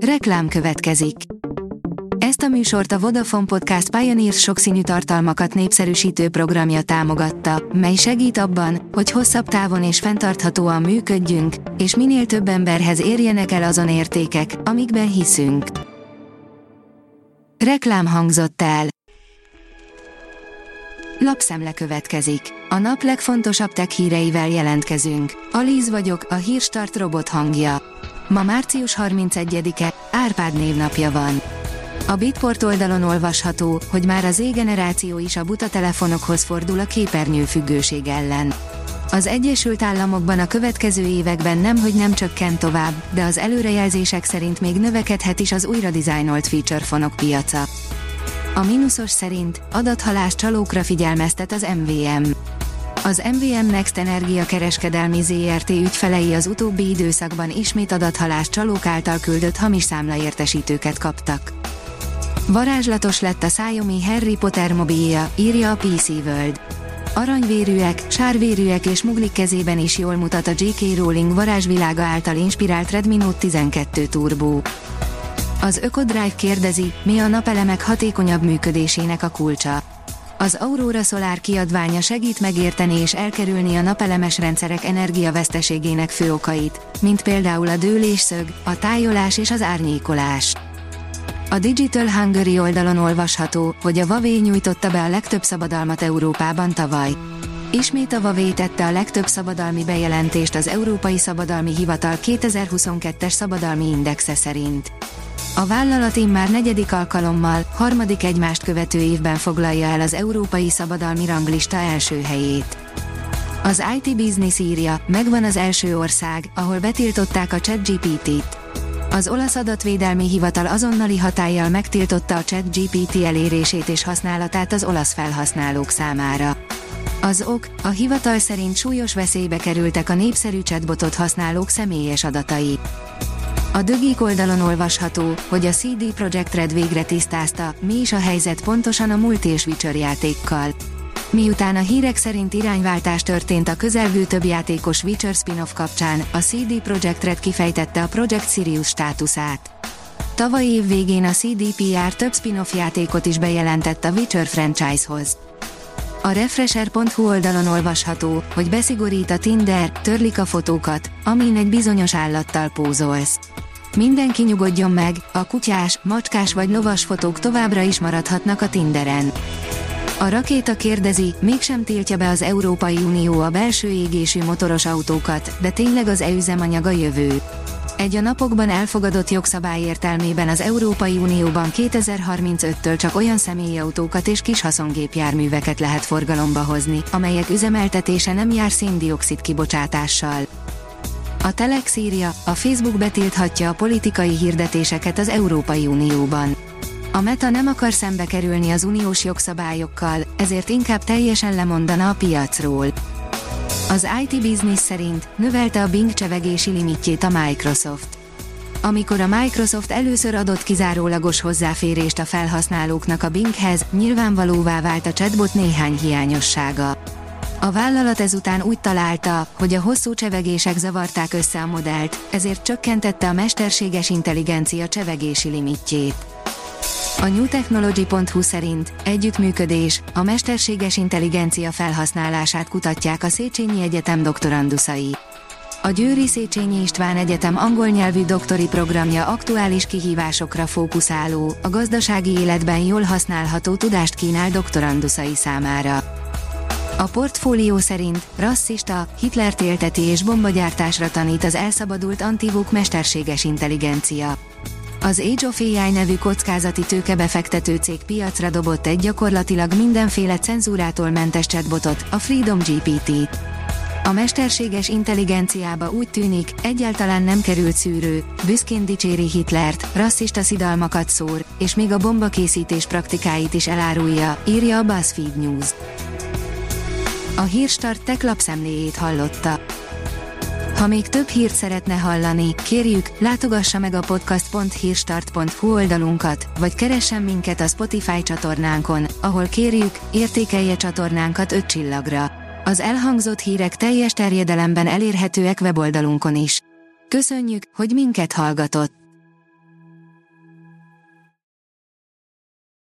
Reklám következik. Ezt a műsort a Vodafone Podcast Pioneers sokszínű tartalmakat népszerűsítő programja támogatta, mely segít abban, hogy hosszabb távon és fenntarthatóan működjünk, és minél több emberhez érjenek el azon értékek, amikben hiszünk. Reklám hangzott el. Lapszemle következik. A nap legfontosabb tech híreivel jelentkezünk. Alíz vagyok, a Hírstart robot hangja. Ma március 31-e, Árpád névnapja van. A Bitport oldalon olvasható, hogy már a Z-generáció is a buta telefonokhoz fordul a képernyőfüggőség ellen. Az Egyesült Államokban a következő években nem csökken tovább, de az előrejelzések szerint még növekedhet is az újra dizájnolt feature fonok piaca. A mínuszos szerint adathalás csalókra figyelmeztet az MVM. Az MVM Next Energia kereskedelmi ZRT ügyfelei az utóbbi időszakban ismét adathalás csalók által küldött hamis számlaértesítőket kaptak. Varázslatos lett a Xiaomi Harry Potter mobilja, írja a PC World. Aranyvérűek, sárvérűek és muglik kezében is jól mutat a J.K. Rowling varázsvilága által inspirált Redmi Note 12 Turbo. Az Ökodrive kérdezi, mi a napelemek hatékonyabb működésének a kulcsa. Az Aurora Solar kiadványa segít megérteni és elkerülni a napelemes rendszerek energiaveszteségének fő okait, mint például a dőlésszög, a tájolás és az árnyékolás. A Digital Hungary oldalon olvasható, hogy a Huawei nyújtotta be a legtöbb szabadalmat Európában tavaly. Ismét a Huawei tette a legtöbb szabadalmi bejelentést az Európai Szabadalmi Hivatal 2022-es szabadalmi indexe szerint. A vállalat immár negyedik alkalommal, harmadik egymást követő évben foglalja el az Európai Szabadalmi Ranglista első helyét. Az IT Business írja, megvan az első ország, ahol betiltották a ChatGPT-t. Az olasz adatvédelmi hivatal azonnali hatállyal megtiltotta a ChatGPT elérését és használatát az olasz felhasználók számára. Az ok, a hivatal szerint súlyos veszélybe kerültek a népszerű chatbotot használók személyes adatai. A The Geek oldalon olvasható, hogy a CD Projekt Red végre tisztázta, mi is a helyzet pontosan a multi és Witcher játékkal. Miután a hírek szerint irányváltás történt a közelgő többjátékos Witcher spin-off kapcsán, a CD Projekt Red kifejtette a Project Sirius státuszát. Tavaly év végén a CDPR több spin-off játékot is bejelentett a Witcher franchise-hoz. A Refresher.hu oldalon olvasható, hogy beszigorít a Tinder, törlik a fotókat, amin egy bizonyos állattal pózolsz. Mindenki nyugodjon meg, a kutyás, macskás vagy lovas fotók továbbra is maradhatnak a Tinderen. A Rakéta kérdezi, mégsem tiltja be az Európai Unió a belső égésű motoros autókat, de tényleg az e-üzemanyag a jövő. Egy a napokban elfogadott jogszabály értelmében az Európai Unióban 2035-től csak olyan személyautókat és kis haszongépjárműveket lehet forgalomba hozni, amelyek üzemeltetése nem jár szén-dioxid kibocsátással. A Telex írja, a Facebook betilthatja a politikai hirdetéseket az Európai Unióban. A Meta nem akar szembe kerülni az uniós jogszabályokkal, ezért inkább teljesen lemondana a piacról. Az IT Business szerint növelte a Bing csevegési limitjét a Microsoft. Amikor a Microsoft először adott kizárólagos hozzáférést a felhasználóknak a Binghez, nyilvánvalóvá vált a chatbot néhány hiányossága. A vállalat ezután úgy találta, hogy a hosszú csevegések zavarták össze a modellt, ezért csökkentette a mesterséges intelligencia csevegési limitjét. A newtechnology.hu szerint együttműködés, a mesterséges intelligencia felhasználását kutatják a Széchenyi Egyetem doktoranduszai. A Győri Széchenyi István Egyetem angol nyelvű doktori programja aktuális kihívásokra fókuszáló, a gazdasági életben jól használható tudást kínál doktoranduszai számára. A Portfólió szerint rasszista, Hitlert élteti és bombagyártásra tanít az elszabadult antivók mesterséges intelligencia. Az Age of AI nevű kockázati tőkebefektető cég piacra dobott egy gyakorlatilag mindenféle cenzúrától mentes chatbotot, a Freedom GPT-t. A mesterséges intelligenciába úgy tűnik, egyáltalán nem került szűrő, büszkén dicséri Hitlert, rasszista szidalmakat szór, és még a bombakészítés praktikáit is elárulja, írja a BuzzFeed News. A Hírstart tech lapszemléjét hallotta. Ha még több hírt szeretne hallani, kérjük, látogassa meg a podcast.hírstart.hu oldalunkat, vagy keressen minket a Spotify csatornánkon, ahol kérjük, értékelje csatornánkat 5 csillagra. Az elhangzott hírek teljes terjedelemben elérhetőek weboldalunkon is. Köszönjük, hogy minket hallgatott!